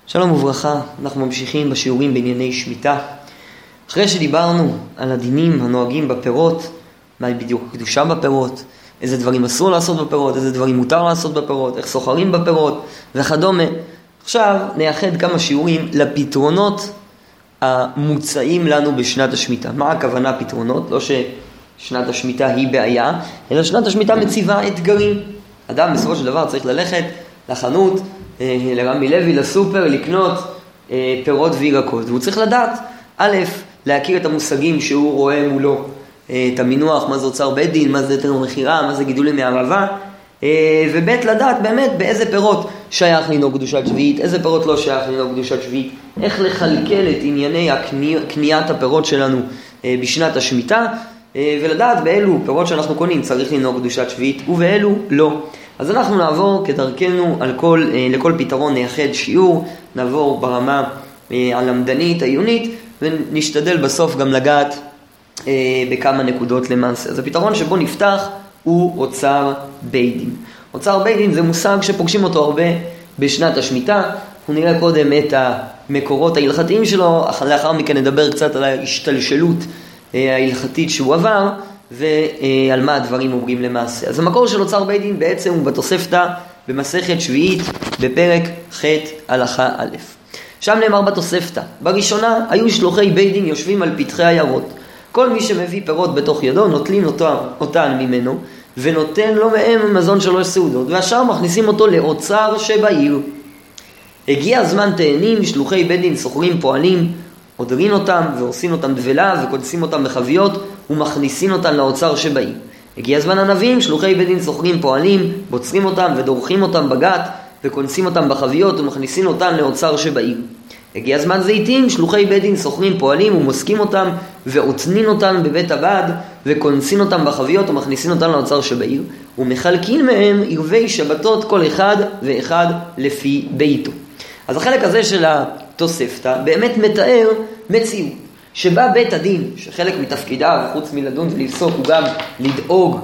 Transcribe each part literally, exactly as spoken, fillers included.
שלום וברכה, אנחנו ממשיכים בשיעורים בענייני שמיטה. אחרי שדיברנו על הדינים הנוהגים בפירות, מהי בדיוק הקדושה בפירות, איזה דברים אסור לעשות בפירות, איזה דברים מותר לעשות בפירות, איך סוחרים בפירות וכדומה. עכשיו נייחד כמה שיעורים לפתרונות המוצעים לנו בשנת השמיטה. מה הכוונה פתרונות? לא ששנת השמיטה היא בעיה, אלא שנת השמיטה מציבה אתגרים. אדם בסופו של דבר צריך ללכת לחנות, לרמי לוי, לסופר, לקנות פירות וירקות. והוא צריך לדעת, א', להכיר את המושגים שהוא רואה מולו, את המינוח, מה זה אוצר בית דין, מה זה היתר מכירה, מה זה גידולים מערבה, וב', לדעת באמת באיזה פירות שייך לנהוג קדושת שביעית, איזה פירות לא שייך לנהוג קדושת שביעית, איך לחלקל את ענייני קניית הפירות שלנו בשנת השמיטה, ולדעת באילו פירות שאנחנו קונים צריך לנהוג קדושת שביעית ובאילו לא. אז אנחנו נעבור כדרכנו על כל, לכל פתרון נייחד שיעור, נעבור ברמה הלמדנית, העיונית, ונשתדל בסוף גם לגעת בכמה נקודות למעשה. אז הפתרון שבו נפתח הוא אוצר בית דין. אוצר בית דין זה מושג שפוגשים אותו הרבה בשנת השמיטה. אנחנו נראה קודם את המקורות ההלכתיים שלו, לאחר מכן נדבר קצת על ההשתלשלות ההלכתית שהוא עבר, ועל מה הדברים אומרים למעשה. אז המקור של אוצר בית דין בעצם הוא בתוספתא במסכת שביעית בפרק ח' הלכה א'. שם נאמר בתוספתא, בראשונה היו שלוחי בית דין יושבים על פתחי עיירות. כל מי שמביא פירות בתוך ידו נוטלים אותן, אותן ממנו ונותן לו מהם מזון שלוש סעודות, והשאר מכניסים אותו לאוצר שבעיר. הגיע הזמן תאנים, שלוחי בית דין סוחרים פועלים, עודרים אותם ועושים אותם דבלה וכונסים אותם בחביות ומכניסים אותם לאוצר שבעיר. הגיע הזמן הנביאים, שלוחי בית דין סוחרים פועלים, בוצרים אותם ודורכים אותם בגת וכונסים אותם בחביות ומכניסים אותם לאוצר שבעיר. הגיע הזמן זיתים, שלוחי בית דין סוחרים פועלים ומוסקים אותם ועוצנים אותם בבית הבד וכונסים אותם בחביות ומכניסים אותם לאוצר שבעיר ומחלקים מהם ערבי שבתות כל אחד ואחד לפי ביתו. אז החלק הזה של התוספתא באמת מתאר מציאות שבה בית הדין, שחלק מתפקידיו חוץ מלדון ולפסוק הוא גם לדאוג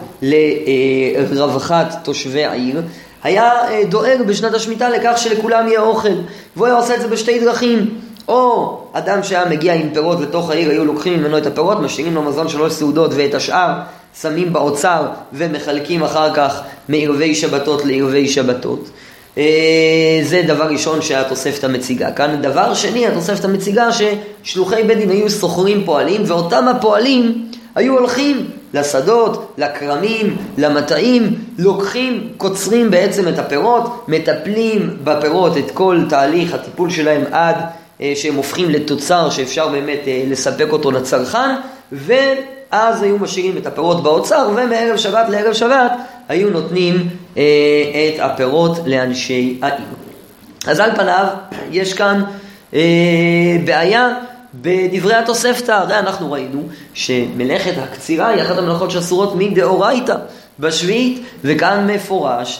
לרווחת תושבי העיר, היה דואג בשנת השמיטה לכך שלכולם יהיה אוכל, והוא היה עושה את זה בשתי דרכים. או אדם שהיה מגיע עם פירות לתוך העיר, היו לוקחים ממנו את הפירות, משאירים לו מזון שלוש סעודות, ואת השאר שמים באוצר ומחלקים אחר כך מערבי שבתות לערבי שבתות. זה דבר ראשון שהתוספתא מציגה. כאן דבר שני, התוספתא מציגה ששלוחי בית דין היו סוחרים פועלים, ואותם הפועלים היו הולכים לשדות, לקרמים, למטעים, לוקחים, קוצרים בעצם את הפירות, מטפלים בפירות את כל תהליך הטיפול שלהם עד שהם הופכים לתוצר שאפשר באמת לספק אותו לצרכן, ואז היו משאירים את הפירות באוצר, ומערב שבת לערב שבת היו נותנים אה, את הפירות לאנשי העיר. אז על פניו יש כאן אה, בעיה בדברי התוספתא. הרי אנחנו ראינו שמלאכת הקצירה היא אחת המלאכות שאסורות מדאורייתא בשביעית, וכאן מפורש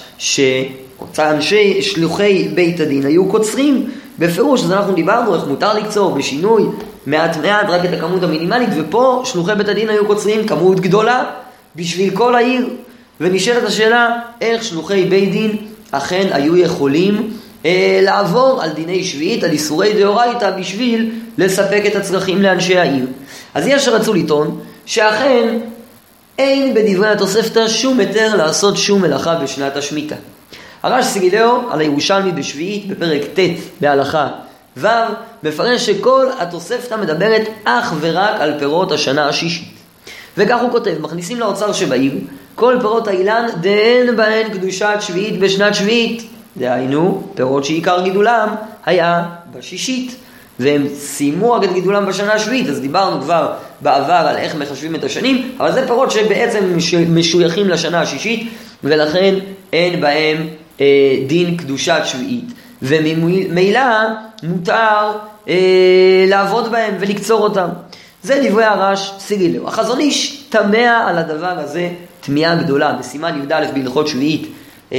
שאנשי שלוחי בית הדין היו קוצרים בפירוש. אז אנחנו דיברנו איך מותר לקצור בשינוי מעט מעט רק את הכמות המינימלית, ופה שלוחי בית הדין היו קוצרים כמות גדולה בשביל כל העיר. ונשאלת השאלה איך שלוחי בית דין אכן היו יכולים אה, לעבור על דיני שביעית, על איסורי דאורייתא, בשביל לספק את הצרכים לאנשי העיר. אז יש שרצו לטעון שאכן אין בדברי התוספתא שום היתר לעשות שום מלאכה בשנת השמיטה. הרש סגילאו על הירושלמי בשביעית בפרק ט' בהלכה ו' מפרש שכל התוספתא מדברת אך ורק על פירות השנה השישית. וכך הוא כותב, מכניסים לאוצר שבעיר כל פירות האילן דהן בהן קדושת שביעית בשנת שביעית, דהיינו פירות שעיקר גידולם היה בשישית, והם סיימו רק את גידולם בשנה השביעית. אז דיברנו כבר בעבר על איך מחשבים את השנים, אבל זה פירות שבעצם משויכים לשנה השישית, ולכן אין בהם אה, דין קדושת שביעית, וממילא מותר אה, לעבוד בהם ולקצור אותם. זה דברי הרש סגילאו. החזון איש תמה על הדבר הזה תמיהה גדולה בסימן י"א בהלכות שביעית, אה,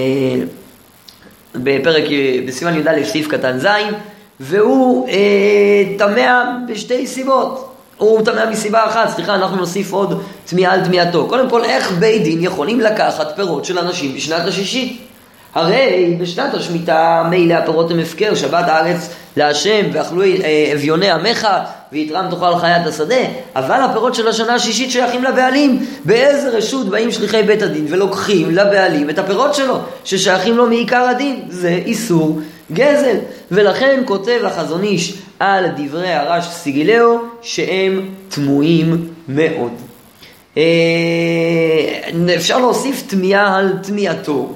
בפרק בסימן י"א סעיף קטן ז', והוא אה, תמה בשתי סיבות. הוא תמה מסיבה אחת, סליחה, אנחנו נוסיף עוד תמיהה על תמיהתו. קודם כל, איך בית דין יכולים לקחת פירות של אנשים בשנת השישית? הרי בשנת השמיטה מילא הפירות הם הפקר, שבת הארץ להשם ואכלו אביוני עמך ויתרם תאכל חיית השדה, אבל הפירות של השנה השישית שייכים לבעלים. באיזה רשות באים שליחי בית הדין ולוקחים לבעלים את הפירות שלו ששייכים לו מעיקר הדין? זה איסור גזל. ולכן כותב החזון איש על דברי הרש סגילאו שהם תמוהים מאוד. אפשר להוסיף תמיהה על תמיהתו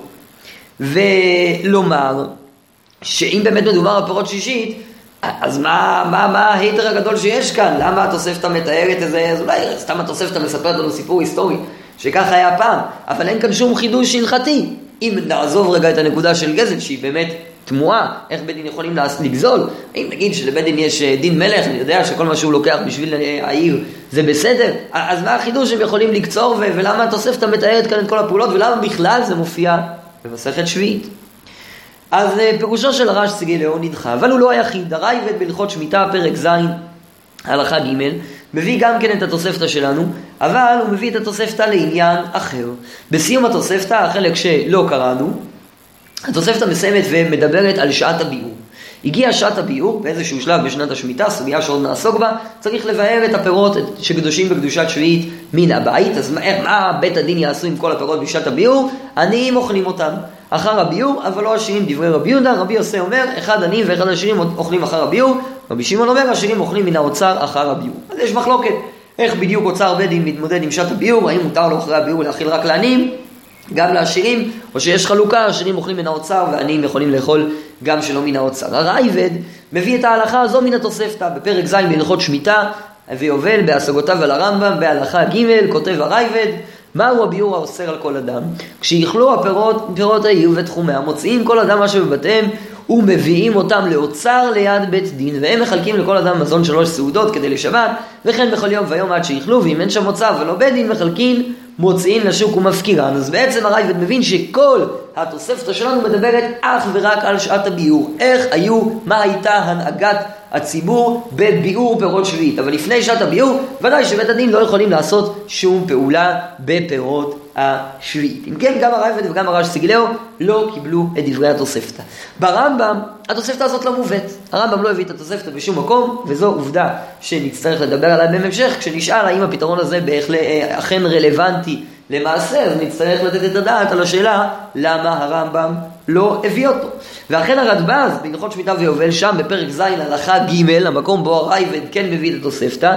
ולומר שאם באמת מדובר על פירות שישית, אז מה, מה, מה ההיתר הגדול שיש כאן? למה התוספתא מתארת איזה, אז אולי סתם התוספתא מספרת לנו סיפור היסטורי שככה היה פעם, אבל אין כאן שום חידוש הלכתי. אם נעזוב רגע את הנקודה של גזל שהיא באמת תמוהה, איך בית דין יכולים לגזול? אם נגיד שלבית דין יש דין מלך, אני יודע שכל מה שהוא לוקח בשביל העיר זה בסדר, אז מה החידוש שהם יכולים לקצור, ו- ולמה התוספתא מתארת כאן את כל הפעולות, ולמה בכלל זה מופיע במסכת שביעית? אז פירושו של הרש סגילאו נדחה, אבל הוא לא היחיד. הרייבד בהלכות שמיטה פרק ז' הלכה ג' מביא גם כן את התוספתא שלנו, אבל הוא מביא את התוספתא לעניין אחר. בסיום התוספתא, החלק שלא קראנו, התוספתא מסיימת ומדברת על שעת הביאור. הגיע שעת הביאור באיזשהו שלב בשנת השמיטה, סוגיה שעוד נעסוק בה, צריך לבאר את הפירות שקדושים בקדושת שביעית מן הבית. אז מה, מה בית הדין יעשו עם כל הפירות בשעת הביאור? עניים אוכלים אותם אחר הביאור, אבל לא עשירים. דברי רבי יהודה, רבי יוסי אומר, אחד עניים ואחד עשירים אוכלים אחר הביאור. רבי שמעון אומר, עשירים אוכלים מן האוצר אחר הביאור. אז יש מחלוקת איך בדיוק אוצר בית דין מתמודד עם שעת הביאור, האם מותר לו אחרי הביאור להאכיל רק לעניים, גם לעשירים, או שיש חלוקה, עשירים אוכלים מן האוצר ועניים יכולים לאכול גם שלא מן האוצר. הרייבד מביא את ההלכה הזו מן התוספתא בפרק ז' בהלכות שמיטה ויובל בהשגותיו על הרמב"ם בהלכה ג'. כותב הרייבד, מהו הביאור האוסר על כל אדם? כשיכלו הפירות, פירות העיר ותחומיה, מוציאים כל אדם מה שבבתיהם ומביאים אותם לאוצר ליד בית דין, והם מחלקים לכל אדם מזון שלוש סעודות כדי לשבת, וכן בכל יום ויום עד שיכלו, ואם אין שם אוצר ולא בית דין מחלקים, מוציאים לשוק ומפקירן. אז בעצם הרייבד מבין שכל התוספתא שלנו מדברת אך ורק על שעת הביאור, איך היו, מה הייתה הנהגת הציבור בביאור פירות שביעית. אבל לפני שעת הביאור ודאי שבית הדין לא יכולים לעשות שום פעולה בפירות השביעית. אם כן, גם הרייבד וגם הרש סגילאו לא קיבלו את דברי התוספתא. ברמב"ם התוספתא הזאת לא מובאת. הרמב"ם לא הביא את התוספתא בשום מקום, וזו עובדה שנצטרך לדבר עליה בהמשך. כשנשאל האם הפתרון הזה אכן רלוונטי למעשה, אז נצטרך לתת את הדעת על השאלה למה הרמב"ם לא הביא אותו. ואכן הרדב"ז בהלכות שמיטה ויובל שם בפרק ז' הלכה ג', המקום בו הרייבד כן מביא את התוספתא,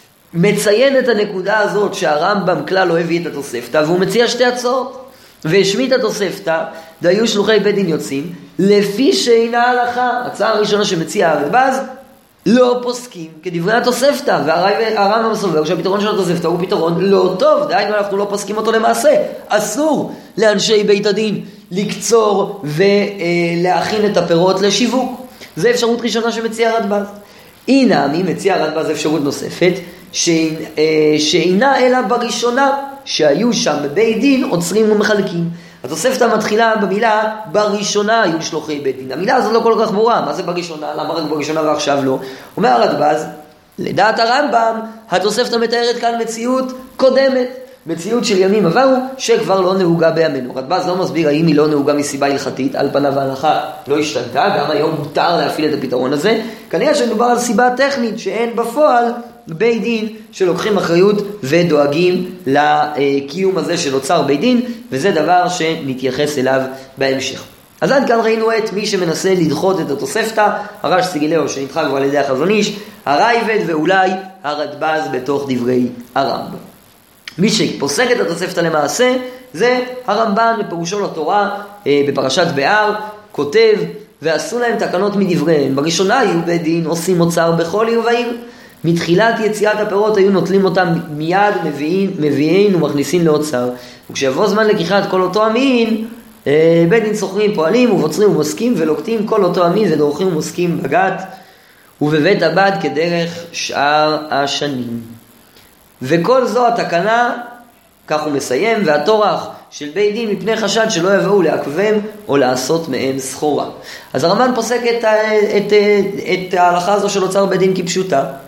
מציין את הנקודה הזאת שהרמב"ם כלל לא הביא את התוספתא, והוא מציע שתי הצעות. והשמיט התוספתא, והיו שלוחי בית דין יוצאים לפי שאינה הלכה. הצעה הראשונה שמציע הרדב"ז, לא פוסקים כדברי התוספתא, והרמב"ם סובר שהפתרון של התוספתא הוא פתרון לא טוב, דהיינו אנחנו לא פוסקים אותו למעשה. אסור לאנשי בית הדין לקצור ולהכין את הפירות לשיווק. זה אפשרות ראשונה שמציע הרדב"ז. הנה מי מציע הרדב"ז אפשרות נוספת שאינה אלא בראשונה, שהיו שם בבית דין עוצרים ומחלקים. התוספתא מתחילה במילה בראשונה היו שלוחי בית דין. המילה הזו לא כל כך ברורה, מה זה בראשונה? למה רק בראשונה ועכשיו לא? אומר הרדב"ז, לדעת הרמב"ם התוספתא מתארת כאן מציאות קודמת, מציאות של ימים עברו שכבר לא נהוגה בימינו. הרדב"ז לא מסביר האם היא לא נהוגה מסיבה הלכתית, על פניו ההלכה לא השתנתה, גם היום מותר להפעיל את הפתרון הזה. כנראה שמדובר על סיבה טכנית שאין בפועל בית דין שלוקחים אחריות ודואגים לקיום הזה של אוצר בית דין, וזה דבר שנתייחס אליו בהמשך. אז עד כאן ראינו את מי שמנסה לדחות את התוספתא, הרש סגילאו שנדחה כבר על ידי החזון איש, הרייבד ואולי הרדב"ז בתוך דברי הרמב"ם. מי שפוסק את התוספתא למעשה זה הרמב"ן בפירושו לתורה בפרשת בהר, כותב ועשו להם תקנות מדבריהם. בראשונה היו בית דין עושים אוצר בכל עיר ועיר, מתחילת יציאת הפירות היו נוטלים אותם מיד, מביאים, מביאים ומכניסים לאוצר, וכשיבוא זמן לקיחת כל אותו המין, בית דין סוחרים פועלים ובוצרים ומוסקים ולוקטים כל אותו המין ודורכים ומוסקים בגת ובבית הבד כדרך שאר השנים. וכל זו התקנה, כך הוא מסיים, והתורח של בית דין מפני חשד שלא יבואו לעכבם או לעשות מהם סחורה. אז הרמב"ן פוסק את, את, את, את ההלכה הזו של אוצר בית דין כפשוטה.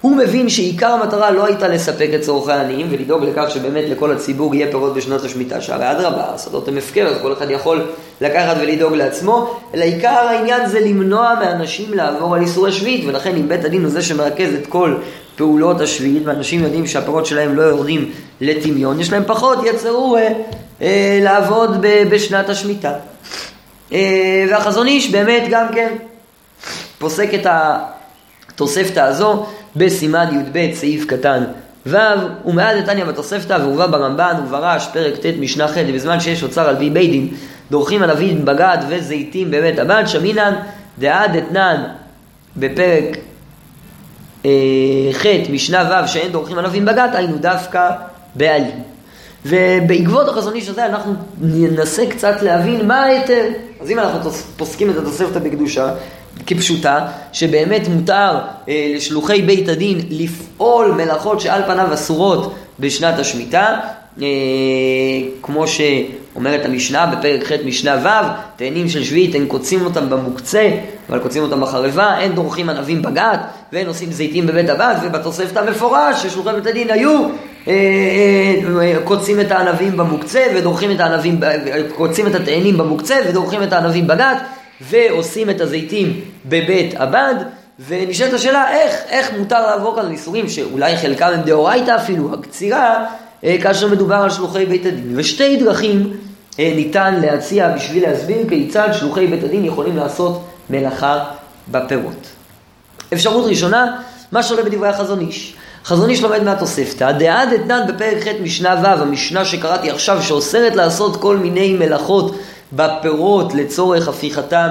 הוא מבין שעיקר המטרה לא הייתה לספק את צורכי העניים ולדאוג לכך שבאמת לכל הציבור יהיה פירות בשנות השמיטה, שהרי אדרבה, השדות הם הפקר, אז כל אחד יכול לקחת ולדאוג לעצמו, אלא עיקר העניין זה למנוע מאנשים לעבור על איסור השביעית, ולכן אם בית הדין הוא זה שמרכז את כל פעולות השביעית, ואנשים יודעים שהפירות שלהם לא יורדים לטמיון, יש להם פחות, יצרו אה, אה, לעבוד ב, בשנת השמיטה. אה, והחזון איש באמת גם כן פוסק את התוספתא הזו בסימן י"ב סעיף קטן ו', ומעד דתניא בתוספתא והובא ברמב"ן וברש פרק ט' משנה ח', בזמן שיש אוצר על פי בית דין דורכים ענבים בגד וזיתים בבית הבד, שמינן דעד דתנן בפרק אה, ח' משנה ו' שאין דורכים ענבים בגד, היינו דווקא בעלים. ובעקבות החזון איש הזה אנחנו ננסה קצת להבין מה היתר. אז אם אנחנו פוסקים את התוספתא בקדושה כפשוטה, שבאמת מותר אה, לשלוחי בית הדין לפעול מלאכות שעל פניו אסורות בשנת השמיטה, אה, כמו שאומרת המשנה בפרק ח' משנה ו', תאנים של שביעית אין קוצים אותם במוקצה אבל קוצים אותם בחרבה, אין דורכים ענבים בגת ואין עושים זיתים בבית הבד. ובתוספתא מפורש ששלוחי בית הדין היו אה, אה, קוצים את הענבים במוקצה ודורכים את הענבים, קוצים את התאנים במוקצה ודורכים את הענבים בגת ועושים את הזיתים בבית הבד. ונשאלת השאלה איך, איך מותר לעבור כאן איסורים שאולי חלקם הם דאורייתא אפילו, הקצירה, כאשר מדובר על שלוחי בית הדין. ושתי דרכים ניתן להציע בשביל להסביר כיצד שלוחי בית הדין יכולים לעשות מלאכה בפירות. אפשרות ראשונה, מה שעולה בדברי החזון איש. חזון איש לומד מהתוספתא, דעד דתנן בפרק ח' משנה ו', המשנה שקראתי עכשיו שאוסרת לעשות כל מיני מלאכות בפירות לצורך הפיכתם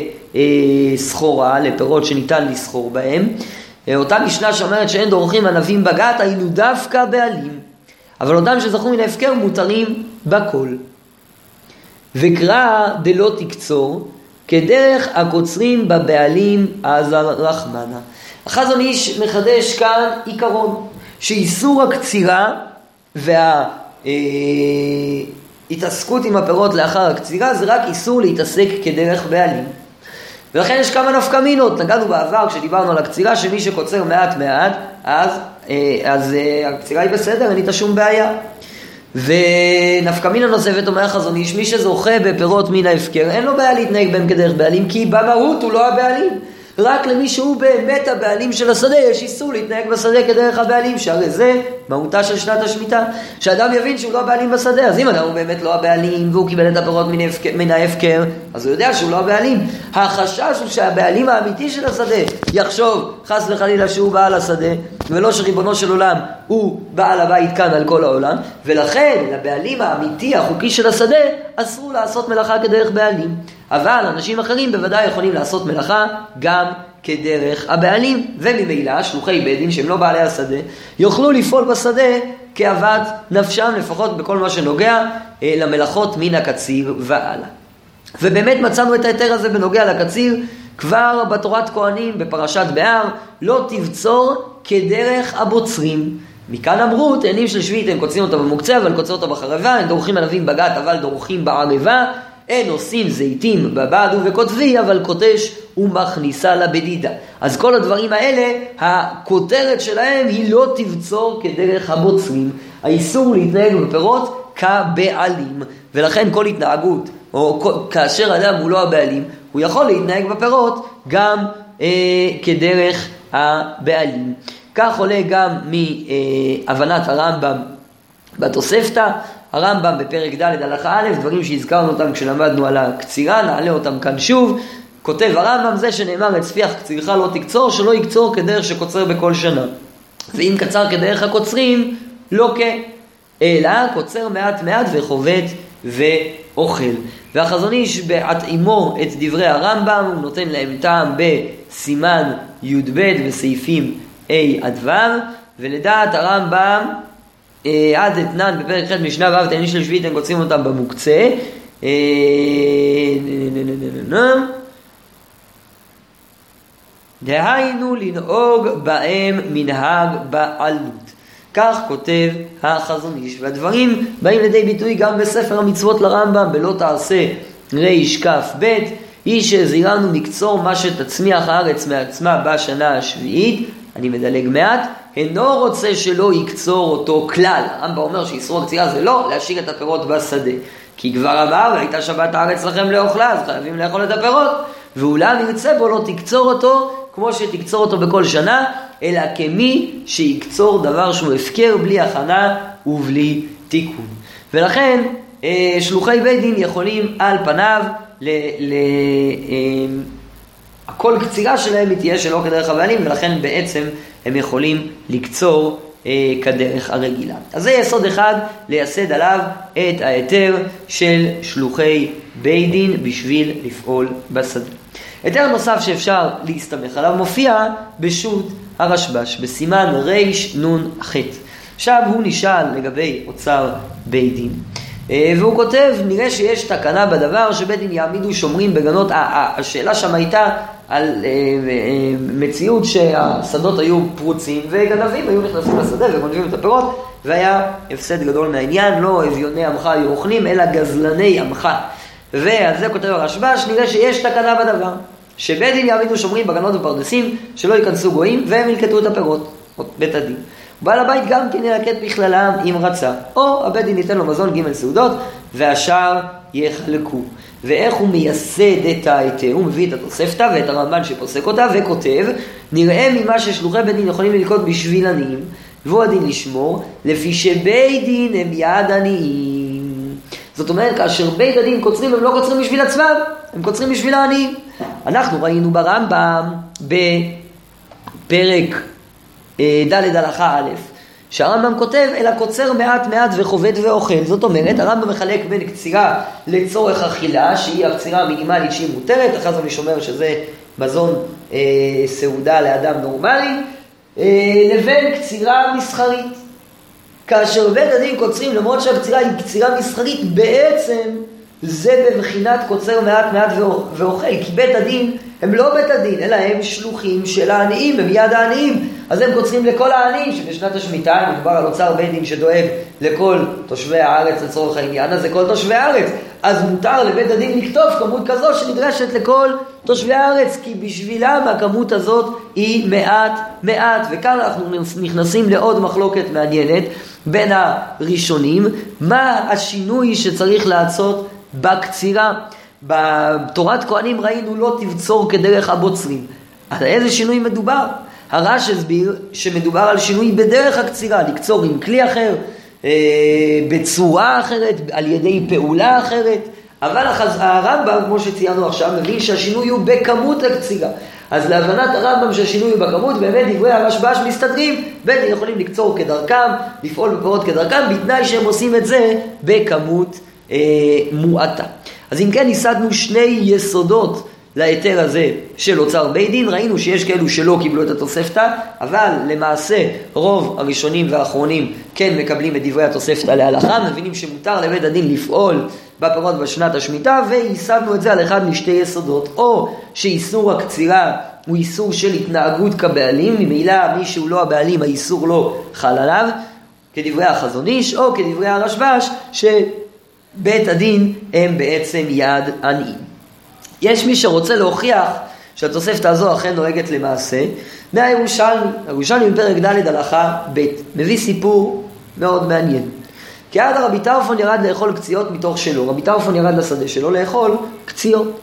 לסחורה, לפירות שניתן לסחור בהם. אותה משנה שאומרת שאין דורכים ענבים בגת, היינו דווקא בעלים. אבל אותם שזכו מן ההפקר מותרים בכל. וקרא דלא תקצור, כדרך הקוצרים בבעלים עזר רחמנה. החזון איש מחדש כאן עיקרון, שאיסור הקצירה וה... התעסקות עם הפירות לאחר הקצירה זה רק איסור להתעסק כדרך בעלים. ולכן יש כמה נפקמינות. נגענו בעבר כשדיברנו על הקצירה שמי שקוצר מעט מעט אז, אז הקצירה היא בסדר, אין איתה שום בעיה. ונפקמינה נוספת אומר החזון איש, מי שזוכה בפירות מן ההפקר אין לו בעיה להתנהג בהם כדרך בעלים, כי במהות הוא לא הבעלים. רק למי שהוא באמת הבעלים של השדה יש איסור להתנהג בשדה כדרך הבעלים, שהרי זה מהותה של שנת השמיטה, שאדם יבין שהוא לא הבעלים בשדה. אז אם אדם הוא באמת לא הבעלים והוא קיבל את הפירות מן ההפקר, אז הוא יודע שהוא לא הבעלים. החשש הוא שהבעלים האמיתי של השדה יחשוב חס וחלילה שהוא בעל השדה, ולא שריבונו של עולם הוא בעל הבית כאן על כל העולם, ולכן לבעלים האמיתי החוקי של השדה אסור לעשות מלאכה כדרך בעלים. אבל אנשים אחרים בוודאי יכולים לעשות מלאכה גם כדרך הבעלים, וממילא שלוחי בית דין שהם לא בעלי השדה יוכלו לפעול בשדה כאוות נפשם, לפחות בכל מה שנוגע אה, למלאכות מן הקציר והלאה. ובאמת מצאנו את היתר הזה בנוגע לקציר כבר בתורת כהנים בפרשת בהר, לא תבצור כדרך הבוצרים. מכאן אמרו תאנים של שביעית הם קוצרים אותה במוקצה אבל קוצרים אותה בחרבה, הם דורכים ענבים בגת אבל דורכים בערבה, אין עושים זיתים בבד ובקוטבי אבל קוטש ומכניסה לבדידה. אז כל הדברים האלה הכותרת שלהם היא לא תבצור כדרך הבוצרים, האיסור להתנהג בפירות כבעלים. ולכן כל התנהגות או כל, כאשר אדם הוא לא הבעלים הוא יכול להתנהג בפירות גם אה, כדרך הבעלים. כך עולה גם מהבנת הרמב"ם בתוספתא. הרמב"ם בפרק ד' הלכה א', דברים שהזכרנו אותם כשלמדנו על הקצירה, נעלה אותם כאן שוב. כותב הרמב"ם, זה שנאמר אצפיח קצירך לא תקצור, שלא יקצור כדרך שקוצר בכל שנה. ואם קצר כדרך הקוצרים, לא כן, אלא קוצר מעט מעט וחובט ואוכל. והחזון איש בהתאימו את דברי הרמב"ם, הוא נותן להם טעם בסימן י"ב בסעיפים A עד ו', ולדעת הרמב"ם, עד אתנן בפרק ח' משנה ו' תאנים של שביעית הם קוצרים אותם במוקצה. דהיינו לנהוג בהם מנהג בעלות. כך כותב החזון איש, והדברים באים לידי ביטוי גם בספר המצוות לרמב"ם בלא תעשה ריש כף ב', היא שהזהירנו מקצור מה שתצמיח הארץ מעצמה בשנה השביעית, אני מדלג מעט, אינו רוצה שלא יקצור אותו כלל. הרמב"ם אומר שאיסור הקצירה זה לא להשאיר את הפירות בשדה. כי כבר אמר, והייתה שבת הארץ לכם לאוכלה, אז חייבים לאכול את הפירות. ואולם ירצה בו לא תקצור אותו, כמו שתקצור אותו בכל שנה, אלא כמי שיקצור דבר שהוא הפקר בלי הכנה ובלי תיקון. ולכן, שלוחי בית דין יכולים על פניו, ל, ל, הכל קצירה שלהם היא תהיה שלא כדרך הבעלים, ולכן בעצם הם יכולים לקצור כדרך הרגילה. אז זה יסוד אחד לייסד עליו את ההיתר של שלוחי בית דין בשביל לפעול בשדה. היתר נוסף שאפשר להסתמך עליו מופיע בשו"ת הרשב"ש, בסימן ריש נון ח'. שם הוא נשאל לגבי אוצר בית דין. והוא כותב, נראה שיש תקנה בדבר שבית דין יעמידו שומרים בגנות. השאלה שם הייתה על מציאות שהשדות היו פרוצים וגנבים היו נכנסים לשדה וגונבים את הפירות, והיה הפסד גדול מהעניין, לא אביוני עמך היו אוכלים אלא גזלני עמך. ועל זה כותב הרשב"ש, נראה שיש תקנה בדבר שבית דין יעמידו שומרים בגנות ופרדסים שלא ייכנסו גויים והם ילקטו את הפירות, בית הדין. בעל הבית גם כן ילקט בכללם אם רצה, או הבית דין ייתן לו מזון ג' סעודות והשאר יחלקו. ואיך הוא מייסד את ההיתר? הוא מביא את התוספתא ואת הרמב"ן שפוסק אותה וכותב, נראה ממה ששלוחי בית דין יכולים ללקוט בשביל עניים והוא הדין לשמור, לפי שבית דין הם יד עניים. זאת אומרת, כאשר בית הדין קוצרים, הם לא קוצרים בשביל עצמם, הם קוצרים בשביל העניים. אנחנו ראינו ברמב"ם בפרק ד' הלכה א', שהרמב"ם כותב, אלא קוצר מעט מעט וחובד ואוכל. זאת אומרת, הרמב"ם מחלק בין קצירה לצורך אכילה, שהיא הקצירה המינימלית שהיא מותרת, אחרי זה אני שומר שזה מזון אה, סעודה לאדם נורמלי, אה, לבין קצירה מסחרית. כאשר בית הדין קוצרים, למרות שהקצירה היא קצירה מסחרית, בעצם זה בבחינת קוצר מעט מעט ואוכל, כי בית הדין הם לא בית הדין, אלא הם שלוחים של העניים, הם יד העניים. אז הם קוצרים לכל העניים, שבשנת השמיטה מדובר על אוצר בית דין שדואג לכל תושבי הארץ לצורך העניין, אז זה כל תושבי הארץ. אז מותר לבית הדין לכתוב כמות כזו שנדרשת לכל תושבי הארץ, כי בשבילם הכמות הזאת היא מעט מעט. וכאן אנחנו נכנסים לעוד מחלוקת מעניינת בין הראשונים, מה השינוי שצריך לעשות בקצירה. בתורת כהנים ראינו לא תבצור כדרך הבוצרים. על איזה שינוי מדובר? הרש הסביר שמדובר על שינוי בדרך הקצירה, לקצור עם כלי אחר, אה, בצורה אחרת, על ידי פעולה אחרת. אבל הרמב"ם, כמו שציינו עכשיו, מבין שהשינוי הוא בכמות הקצירה. אז להבנת הרמב"ם שהשינוי הוא בכמות, באמת דברי הרשב"ש מסתדרים, בין יכולים לקצור כדרכם, לפעול בפירות כדרכם, בתנאי שהם עושים את זה בכמות אה, מועטה. אז אם כן, ניסדנו שני יסודות להיתר הזה של אוצר בית דין. ראינו שיש כאלו שלא קיבלו את התוספתא, אבל למעשה רוב הראשונים והאחרונים כן מקבלים את דברי התוספתא להלכה, מבינים שמותר לבית הדין לפעול בפירות בשנת השמיטה, וייסדנו את זה על אחד משתי יסודות, או שאיסור הקצירה הוא איסור של התנהגות כבעלים, ממילא מי שהוא לא הבעלים האיסור לא חל עליו, כדברי החזון איש, או כדברי הרשב"ש שבית הדין הם בעצם יד עניים. יש מי שרוצה להוכיח שהתוספתא הזו אכן נוהגת למעשה, מהירושלמי, הירושלמי בפרק ד' הלכה ב', מביא סיפור מאוד מעניין. כי עד רבי טרפון ירד לאכול קציעות מתוך שלו, רבי טרפון ירד לשדה שלו לאכול קציעות.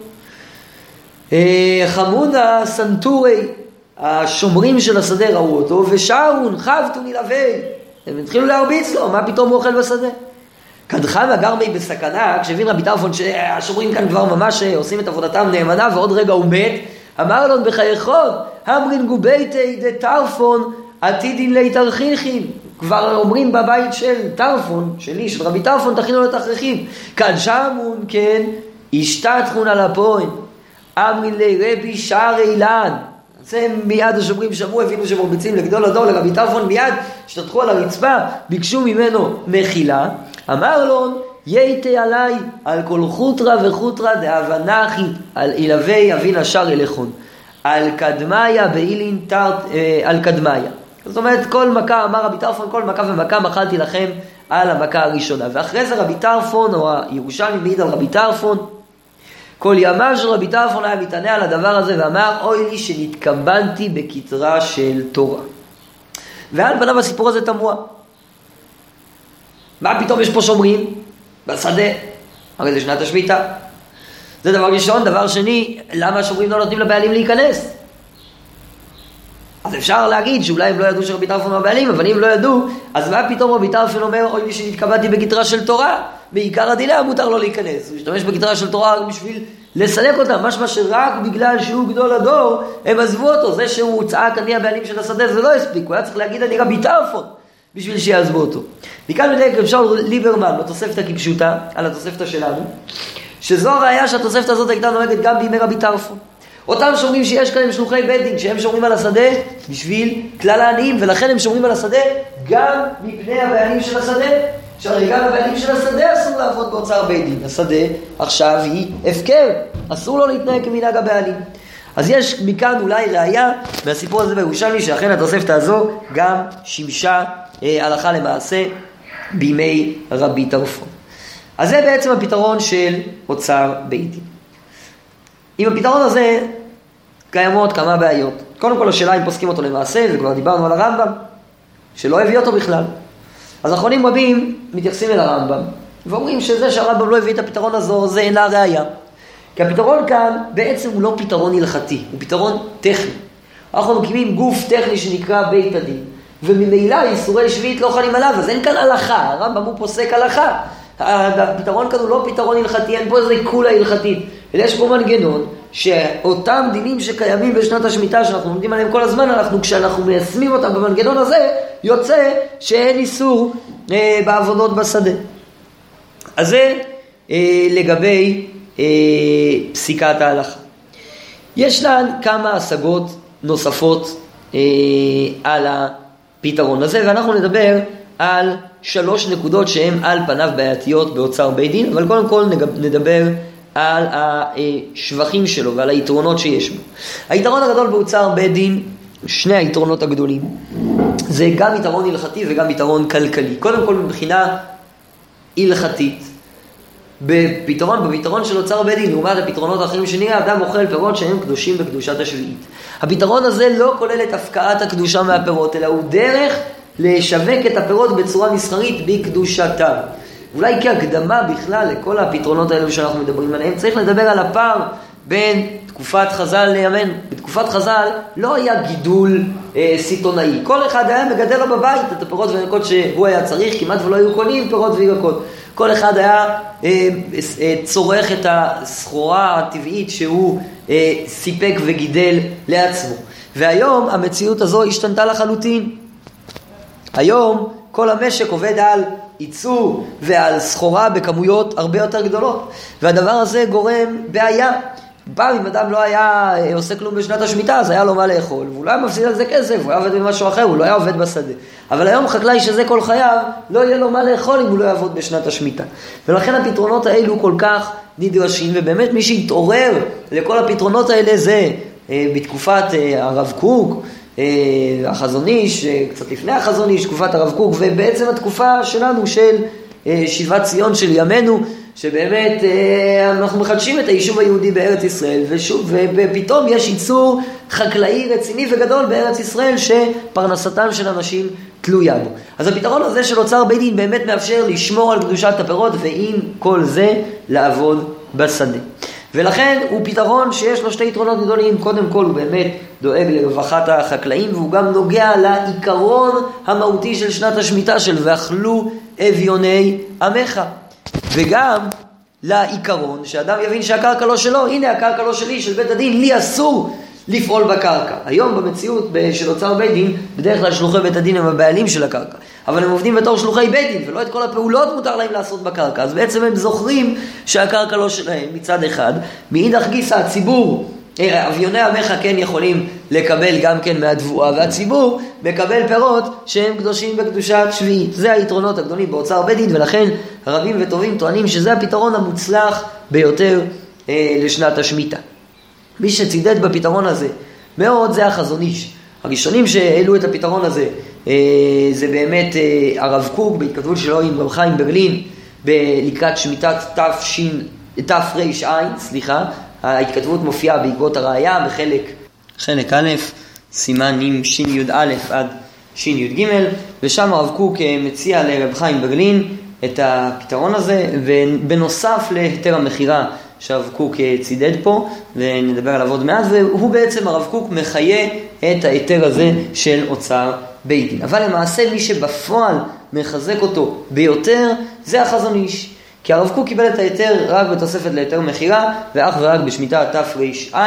חמודה סנטורי, השומרים של השדה ראו אותו, ושארון חבטו נלווה, הם התחילו להרביץ לו, מה פתאום הוא אוכל בשדה? קדחנה גרמי בסכנה, כשהבין רבי טרפון שהשומרים כאן כבר ממש עושים את עבודתם נאמנה, ועוד רגע הוא מת, אמר לו בחייכות, המרין גוביתי דה טרפון, עתידין להתרחיכים. כבר אומרים בבית של טרפון, שלי, של רבי טרפון, תכינו לתרחיכים. כאן שמון, כן, השתתחון על הפוין, אמרין לרבי שער אילן. אז הם מיד השומרים שמעו, הבינו שמרביצים לגדול הדור, לרבי טרפון מיד, השתתחו על הרצפה, ביקשו ממנו מחילה. אמר לו, ייתה עליי על כל חוטרה וחוטרה דאבנחי על אילווי אבין השאר אלכון על קדמיה באילין תרת על קדמיה. זאת אומרת, כל מכה, אמר רבי טרפון, כל מכה ומכה מחלתי לכם על המכה הראשונה. ואחרי זה רבי טרפון, או הירושלמי מעיד על רבי טרפון, כל ימיו של רבי טרפון היה מתענה על הדבר הזה ואמר, אוי לי שנתקבלתי בכתרה של תורה. ועל פניו הסיפור הזה תמוה. מה פתאום יש פה שומרים? בשדה. הרי זה שנת השמיטה. זה דבר ראשון. דבר שני, למה השומרים לא נותנים לבעלים להיכנס? אז אפשר להגיד שאולי הם לא ידעו שרבי טרפון הוא הבעלים, אבל אם לא ידעו, אז מה פתאום רבי טרפון אומר, אוי לי שנתקבלתי בכתרה של תורה? בעיקר הדילה מותר לו להיכנס. הוא משתמש בכתרה של תורה רק בשביל לסלק אותם, משמע שרק בגלל שהוא גדול הדור, הם עזבו אותו. זה שהוא צעק אני הבעלים של השדה, זה לא הספיק. הוא היה צריך להגיד אני רבי טרפון, בשביל שיעזבו אותו. מכאן מדייק אפשר ליברמן בתוספתא כפשוטה, על התוספתא שלנו, שזו הראיה שהתוספתא הזאת הייתה נוהגת גם בימי רבי טרפון. אותם שומרים שיש כאן הם שלוחי בית דין, שהם שומרים על השדה בשביל כלל העניים, ולכן הם שומרים על השדה גם מפני הבעלים של השדה. שהרי גם הבעלים של השדה אסור לעבוד באוצר בית דין. השדה עכשיו היא הפקר, אסור לו להתנהג כמנהג הבעלים. אז יש מכאן אולי ראיה מהסיפור הזה בירושלמי, שאכן התוספתא הזו גם שימשה אה, הלכה למעשה בימי רבי טרפון. אז זה בעצם הפתרון של אוצר בית דין. עם הפתרון הזה קיימות כמה בעיות. קודם כל השאלה אם פוסקים אותו למעשה, וכבר דיברנו על הרמב"ם, שלא הביא אותו בכלל. אז אחרונים רבים מתייחסים אל הרמב"ם, ואומרים שזה שהרמב"ם לא הביא את הפתרון הזו, זה אינה ראיה. כי הפתרון כאן בעצם הוא לא פתרון הלכתי, הוא פתרון טכני. אנחנו מקימים גוף טכני שנקרא בית הדין, וממילא איסורי שביעית לא חלים עליו, אז אין כאן הלכה, הרמב"ם הוא פוסק הלכה. הפתרון כאן הוא לא פתרון הלכתי, אין פה איזה קולה הלכתית, אלא יש פה מנגנון שאותם דינים שקיימים בשנת השמיטה שאנחנו לומדים עליהם כל הזמן, אנחנו כשאנחנו מיישמים אותם במנגנון הזה, יוצא שאין איסור אה, בעבודות בשדה. אז זה אה, לגבי אה, פסיקת ההלכה. יש לנו כמה השגות נוספות אה, על הפתרון הזה, ואנחנו נדבר על שלוש נקודות שהן על פניו בעייתיות באוצר בית דין, אבל קודם כל נדבר על השבחים שלו ועל היתרונות שיש בו. היתרון הגדול באוצר בית דין, שני היתרונות הגדולים, זה גם יתרון הלכתי וגם יתרון כלכלי. קודם כל מבחינה הלכתית, בפתרון, בפתרון של אוצר בית דין, לעומת הפתרונות האחרים שנראה, אדם אוכל פירות שהם קדושים בקדושת השביעית. הפתרון הזה לא כולל את הפקעת הקדושה מהפירות, אלא הוא דרך לשווק את הפירות בצורה מסחרית בקדושתם. אולי כהקדמה בכלל לכל הפתרונות האלו שאנחנו מדברים עליהם, צריך לדבר על הפער בין תקופת חז"ל לימינו. בתקופת חז"ל לא היה גידול אה, סיטונאי. כל אחד היה מגדל לו בבית את הפירות והירקות שהוא היה צריך, כמעט ולא היו קונים פירות וירקות. כל אחד היה אה, אה, צורך את הסחורה הטבעית שהוא אה, סיפק וגידל לעצמו. והיום המציאות הזו השתנתה לחלוטין. היום כל המשק עובד על ייצור ועל סחורה בכמויות הרבה יותר גדולות, והדבר הזה גורם בעיה. פעם אם אדם לא היה עושה כלום בשנת השמיטה, אז היה לו מה לאכול, והוא לא היה מפסיד על זה כסף, הוא היה עובד במשהו אחר, הוא לא היה עובד בשדה. אבל היום חקלאי שזה כל חייו, לא יהיה לו מה לאכול אם הוא לא יעבוד בשנת השמיטה. ולכן הפתרונות האלו כל כך נדרשים, ובאמת מי שהתעורר לכל הפתרונות האלה זה בתקופת הרב קוק, החזון איש, קצת לפני החזון איש, תקופת הרב קוק, ובעצם התקופה שלנו של שיבת ציון של ימינו, שבאמת אנחנו מחדשים את היישוב היהודי בארץ ישראל, ושוב, ופתאום יש ייצור חקלאי רציני וגדול בארץ ישראל שפרנסתם של אנשים תלויה בו. אז הפתרון הזה של אוצר בית דין באמת מאפשר לשמור על קדושת הפירות, ועם כל זה לעבוד בשדה. ולכן הוא פתרון שיש לו שתי יתרונות גדולים. קודם כל הוא באמת דואג לרווחת החקלאים, והוא גם נוגע לעיקרון המהותי של שנת השמיטה של ואכלו אביוני עמך, וגם לעיקרון שאדם יבין שהקרקע לא שלו. הנה הקרקע לא שלי, של בית הדין, לי אסור לפעול בקרקע. היום במציאות של אוצר בית דין, בדרך כלל שלוחי בית הדין הם הבעלים של הקרקע, אבל הם עובדים בתור שלוחי בית דין, ולא את כל הפעולות מותר להם לעשות בקרקע. אז בעצם הם זוכרים שהקרקע לא שלהם מצד אחד, מאידך גיסא הציבור, אביוני עמך כן יכולים לקבל גם כן מהתבואה, והציבור מקבל פירות שהם קדושים בקדושת שביעית. זה היתרונות הגדולים באוצר בית דין, ולכן רבים וטובים טוענים שזה הפתרון המוצלח ביותר אה, לשנת השמיטה. מי שצידד בפתרון הזה מאוד זה החזון איש. הראשונים שהעלו את הפתרון הזה אה, זה באמת אה, הרב קוק בהתכתבות שלו עם רב חיים ברלין לקראת שמיטת תש"ע תר"ע, סליחה, ההתכתבות מופיעה בעקבות הראייה בחלק חלק א', סימן נים שי"א עד שי"ג, ושם הרב קוק מציע לרב חיים בגלין את הפתרון הזה, ובנוסף להיתר המכירה שהרב קוק צידד פה, ונדבר עליו עוד מעט, והוא בעצם הרב קוק מחיה את ההיתר הזה של אוצר בית דין. אבל למעשה מי שבפועל מחזק אותו ביותר זה החזון איש, כי הרב קוק קיבל את ההיתר רק בתוספת להיתר מכירה, ואך ורק בשמיטה תר"ע,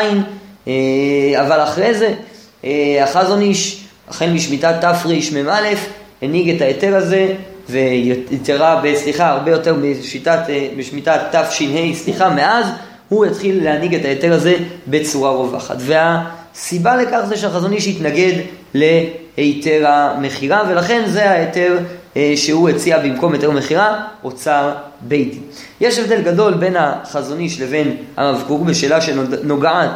אבל אחרי זה החזון איש, החל משמיטת תרמ"א, הנהיג את ההיתר הזה, ויתרה, סליחה, הרבה יותר בשמיטת, בשמיטת תש"ה, סליחה, מאז הוא התחיל להנהיג את ההיתר הזה בצורה רווחת. והסיבה לכך זה שהחזון איש התנגד להיתר המכירה, ולכן זה ההיתר שהוא הציע במקום היתר מכירה, אוצר בית דין. יש הבדל גדול בין החזון איש לבין הרב קוק בשאלה שנוגעת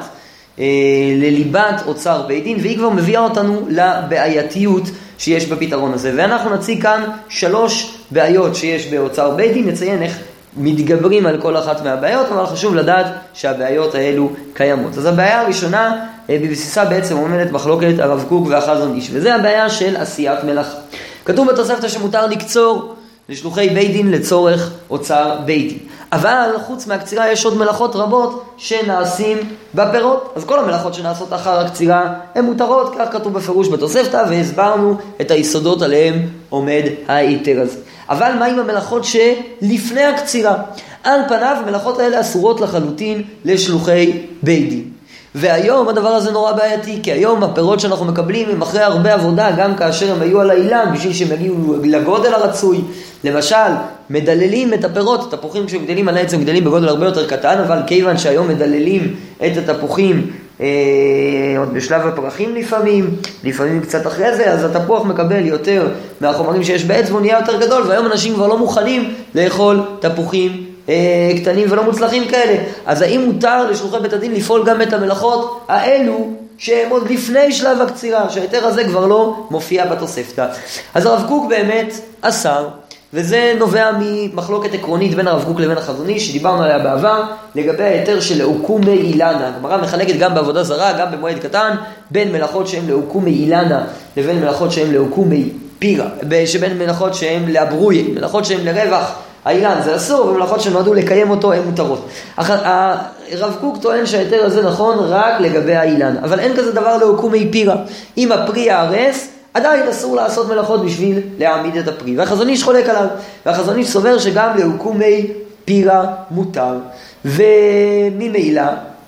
לליבת אוצר בית דין, והיא כבר מביאה אותנו לבעייתיות שיש בפתרון הזה. ואנחנו נציג כאן שלוש בעיות שיש באוצר בית דין, נציין איך מתגברים על כל אחת מהבעיות, אבל חשוב לדעת שהבעיות האלו קיימות. אז הבעיה הראשונה, בבסיסה בעצם עומדת מחלוקת הרב קוק והחזון איש, וזה הבעיה של עשיית מלאכה. כתוב בתוספתא שמותר לקצור לשלוחי בית דין לצורך אוצר בית דין. אבל חוץ מהקצירה יש עוד מלאכות רבות שנעשים בפירות. אז כל המלאכות שנעשות אחר הקצירה הן מותרות, כך כתוב בפירוש בתוספתא, והסברנו את היסודות עליהם עומד ההיתר הזה. אבל מה עם המלאכות שלפני הקצירה? על פניו המלאכות האלה אסורות לחלוטין לשלוחי בית דין. והיום הדבר הזה נורא בעייתי, כי היום הפירות שאנחנו מקבלים הם אחרי הרבה עבודה, גם כאשר הם היו על האילן, בשביל שהם יגיעו לגודל הרצוי. למשל, מדללים את הפירות, התפוחים כשגדלים על העץ הם גדלים בגודל הרבה יותר קטן, אבל כיוון שהיום מדללים את התפוחים אה, עוד בשלב הפרחים לפעמים, לפעמים קצת אחרי זה, אז התפוח מקבל יותר מהחומרים שיש בעץ, והוא נהיה יותר גדול, והיום אנשים כבר לא מוכנים לאכול תפוחים קטנים ולא מוצלחים כאלה. אז האם מותר לשלוחי בית הדין לפעול גם את המלאכות האלו שהם עוד לפני שלב הקצירה, שההיתר הזה כבר לא מופיע בתוספתא? אז הרב קוק באמת אסר, וזה נובע ממחלוקת עקרונית בין הרב קוק לבין החזון איש שדיברנו עליה בעבר, לגבי ההיתר של לאוקומי אילנה. הגמרא מחלקת גם בעבודה זרה, גם במועד קטן, בין מלאכות שהן לאוקומי אילנה לבין מלאכות שהן לאוקומי פירה, שבין מלאכות שהן לאברוי, מלאכות שהן לרווח האילן זה אסור, ומלאכות שנועדו לקיים אותו הן מותרות. הרב קוק טוען שההיתר הזה נכון רק לגבי האילן, אבל אין כזה דבר לאוקומי פירה. אם הפרי יערס, עדיין אסור לעשות מלאכות בשביל להעמיד את הפרי. והחזון איש חולק עליו, והחזון איש סובר שגם לאוקומי פירה מותר. וממילא,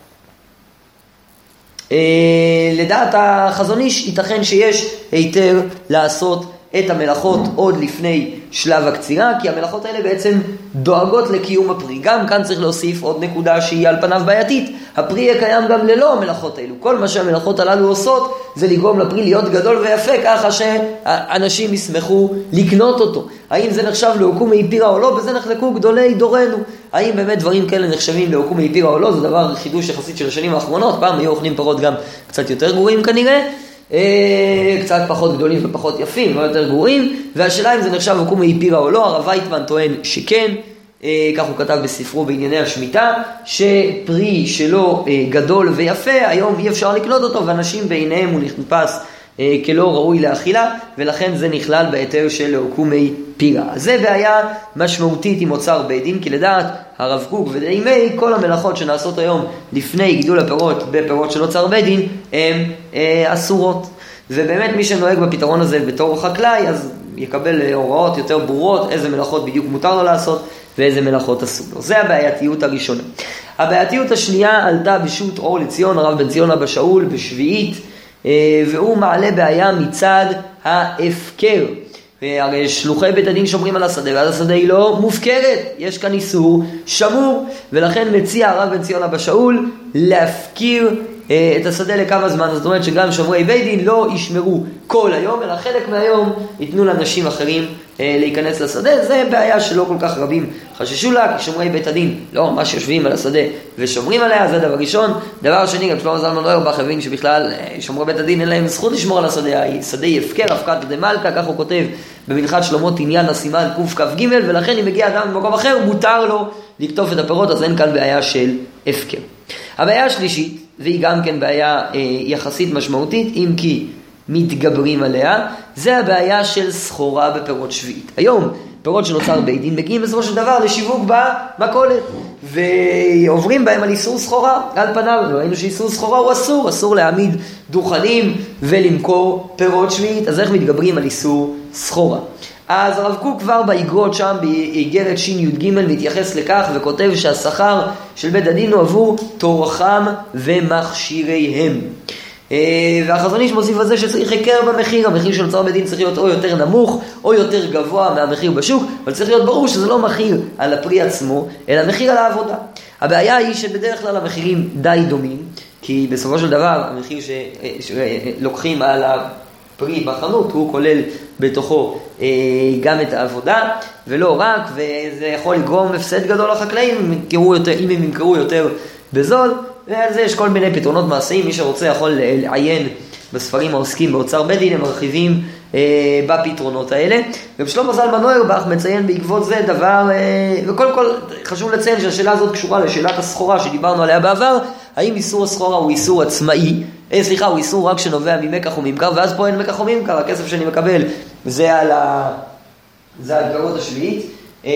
לדעת החזון איש ייתכן שיש היתר לעשות את המלאכות עוד לפני שלב הקצירה, כי המלאכות האלה בעצם דואגות לקיום הפרי. גם כאן צריך להוסיף עוד נקודה שהיא על פניו בעייתית. הפרי יהיה קיים גם ללא המלאכות האלו. כל מה שהמלאכות הללו עושות זה לגרום לפרי להיות גדול ויפה, ככה שאנשים ישמחו לקנות אותו. האם זה נחשב לאוקומי פירה או לא? בזה נחלקו גדולי דורנו. האם באמת דברים כאלה נחשבים לאוקומי פירה או לא? זה דבר חידוש יחסית של השנים האחרונות. פעם היו אוכלים פירות גם קצת יותר גרועים כנראה, קצת פחות גדולים ופחות יפים, לא יותר גרועים, והשאלה אם זה נחשב אוקומי פירה או לא. הרב וייטמן טוען שכן, כך הוא כתב בספרו בענייני השמיטה, שפרי שלו גדול ויפה, היום אי אפשר לקנות אותו, ואנשים בעיניהם הוא נכנפס כלא ראוי לאכילה, ולכן זה נכלל בהיתר של אוקומי פירה. אז זה בעיה משמעותית עם אוצר בית דין, כי לדעת הרב קוק ודאימי, כל המלאכות שנעשות היום לפני גידול הפירות בפירות של אוצר בית דין הן אה, אסורות. ובאמת מי שנוהג בפתרון הזה בתור חקלאי, אז יקבל הוראות יותר ברורות איזה מלאכות בדיוק מותר לו לעשות ואיזה מלאכות אסור לו. זה הבעייתיות הראשונה. הבעייתיות השנייה עלתה בשו"ת אור לציון, הרב בן ציון אבא שאול בשביעית, והוא מעלה בעיה מצד ההפקר. הרי שלוחי בית הדין שומרים על השדה, ועל השדה היא לא מופקרת, יש כאן איסור שמור, ולכן מציע הרב בן ציון אבא שאול להפקיר את השדה לכמה זמן. זאת אומרת שגם שומרי בית דין לא ישמרו כל היום, אלא חלק מהיום ייתנו לאנשים אחרים להיכנס לשדה. זה בעיה שלא כל כך רבים חששו לה, כי שומרי בית הדין לא ממש יושבים על השדה ושומרים עליה, זה דבר ראשון. דבר שני, גם שלמה זלמן אוירבך הבין שבכלל שומרי בית הדין אין להם זכות לשמור על השדה, השדה יפקר, הפקת דמלכה, כך הוא כותב במנחת שלמה תניין הסימן קכ"ג, ולכן אם מגיע אדם במקום אחר מותר לו לקטוף את הפירות, אז אין כאן בעיה של הפקר. הבעיה השלישית, והיא גם כן בעיה אה, יחסית משמעותית, אם כי מתגברים עליה, זה הבעיה של סחורה בפירות שביעית. היום פירות של אוצר בית דין מגיעים בסופו של דבר לשיווק במכולת, ועוברים בהם על איסור סחורה. על פניו ראינו שאיסור סחורה הוא אסור, אסור להעמיד דוכנים ולמכור פירות שביעית, אז איך מתגברים על איסור סחורה? אז הרב קוק כבר באגרות שם באיגרת שי"ג מתייחס לכך וכותב שהשכר של בית הדין הוא עבור טורחם ומכשיריהם. והחזון איש מוסיף על זה שצריך היכר במחיר, המחיר של אוצר בית דין צריך להיות או יותר נמוך או יותר גבוה מהמחיר בשוק, אבל צריך להיות ברור שזה לא מחיר על הפרי עצמו, אלא מחיר על העבודה. הבעיה היא שבדרך כלל המחירים די דומים, כי בסופו של דבר המחיר שלוקחים על הפרי בחנות הוא כולל בתוכו גם את העבודה ולא רק, וזה יכול לגרום הפסד גדול לחקלאים אם ימכרו יותר, אם הם ימכרו יותר בזול. ועל זה יש כל מיני פתרונות מעשיים, מי שרוצה יכול לעיין בספרים העוסקים באוצר בית דין, הם מרחיבים אה, בפתרונות האלה. ושלמה זלמן אוירבך מציין בעקבות זה דבר, אה, וכל כל חשוב לציין שהשאלה הזאת קשורה לשאלת הסחורה שדיברנו עליה בעבר, האם איסור הסחורה הוא איסור עצמאי, אה, סליחה, הוא איסור רק שנובע ממקח וממכר, ואז פה אין מקח וממכר, הכסף שאני מקבל זה על ה... זה על פירות השביעית, אה,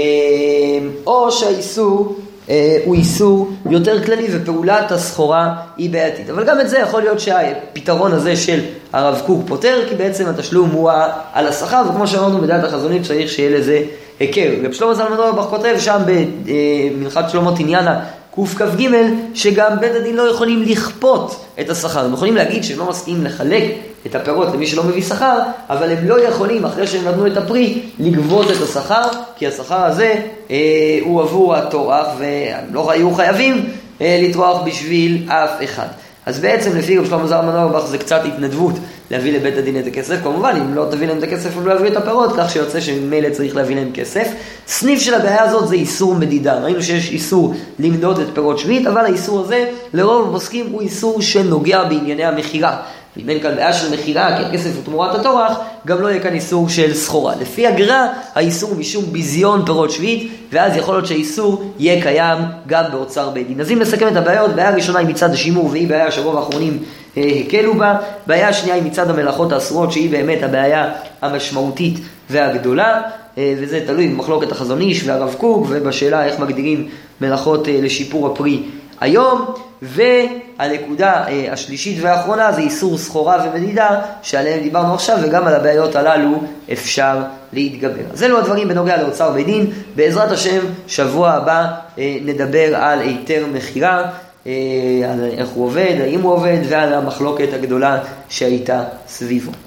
או שהאיסור הוא איסור יותר כללי ופעולת הסחורה היא בעייתית. אבל גם את זה יכול להיות שהפתרון הזה של הרב קוק פותר, כי בעצם התשלום הוא על השכר, וכמו שאמרנו בדעת החזונית צריך שיהיה לזה היכר. רב שלמה זלמן אוירבך כותב שם במנחת שלמה תניין קכ"ג שגם בית הדין לא יכולים לכפות את השכר. הם יכולים להגיד שהם לא מסכימים לחלק את הפירות למי שלא מביא שכר, אבל הם לא יכולים אחרי שהם נתנו את הפרי לגבות את השכר, כי השכר הזה אה, הוא עבור הטורח, והם לא היו חייבים אה, לטרוח בשביל אף אחד. אז בעצם לפי רב שלמה זלמן אוירבך זה קצת התנדבות להביא לבית הדין את הכסף. כמובן אם לא תביא להם את הכסף הם לא יביאו את הפירות, כך שיוצא שממילא צריך להביא להם כסף. סניף של הבעיה הזאת זה איסור מדידה. ראינו שיש איסור למדוד את פירות שביעית, אבל האיסור הזה לרוב הפוסקים הוא איסור שנוגע בענייני המחירה. ואם אין כאן בעיה של מחירה, כי הכסף הוא תמורת הטורח, גם לא יהיה כאן איסור של סחורה. לפי הגר"א, האיסור הוא משום ביזיון פירות שביעית, ואז יכול להיות שהאיסור יהיה קיים גם באוצר בית דין. אז אם נסכם את הבעיות, בעיה הראשונה היא מצד השימור, והיא בעיה שרוב האחרונים אה, הקלו בה. בעיה השנייה היא מצד המלאכות האסורות, שהיא באמת הבעיה המשמעותית והגדולה, אה, וזה תלוי במחלוקת החזון איש והרב קוק, ובשאלה איך מגדירים מלאכות אה, לשיפור הפרי היום. והנקודה אה, השלישית והאחרונה זה איסור סחורה ומדידה שעליהם דיברנו עכשיו, וגם על הבעיות הללו אפשר להתגבר. אז אלו הדברים בנוגע לאוצר בית דין. בעזרת השם שבוע הבא אה, נדבר על היתר מחירה, אה, על איך הוא עובד, האם הוא עובד, ועל המחלוקת הגדולה שהייתה סביבו.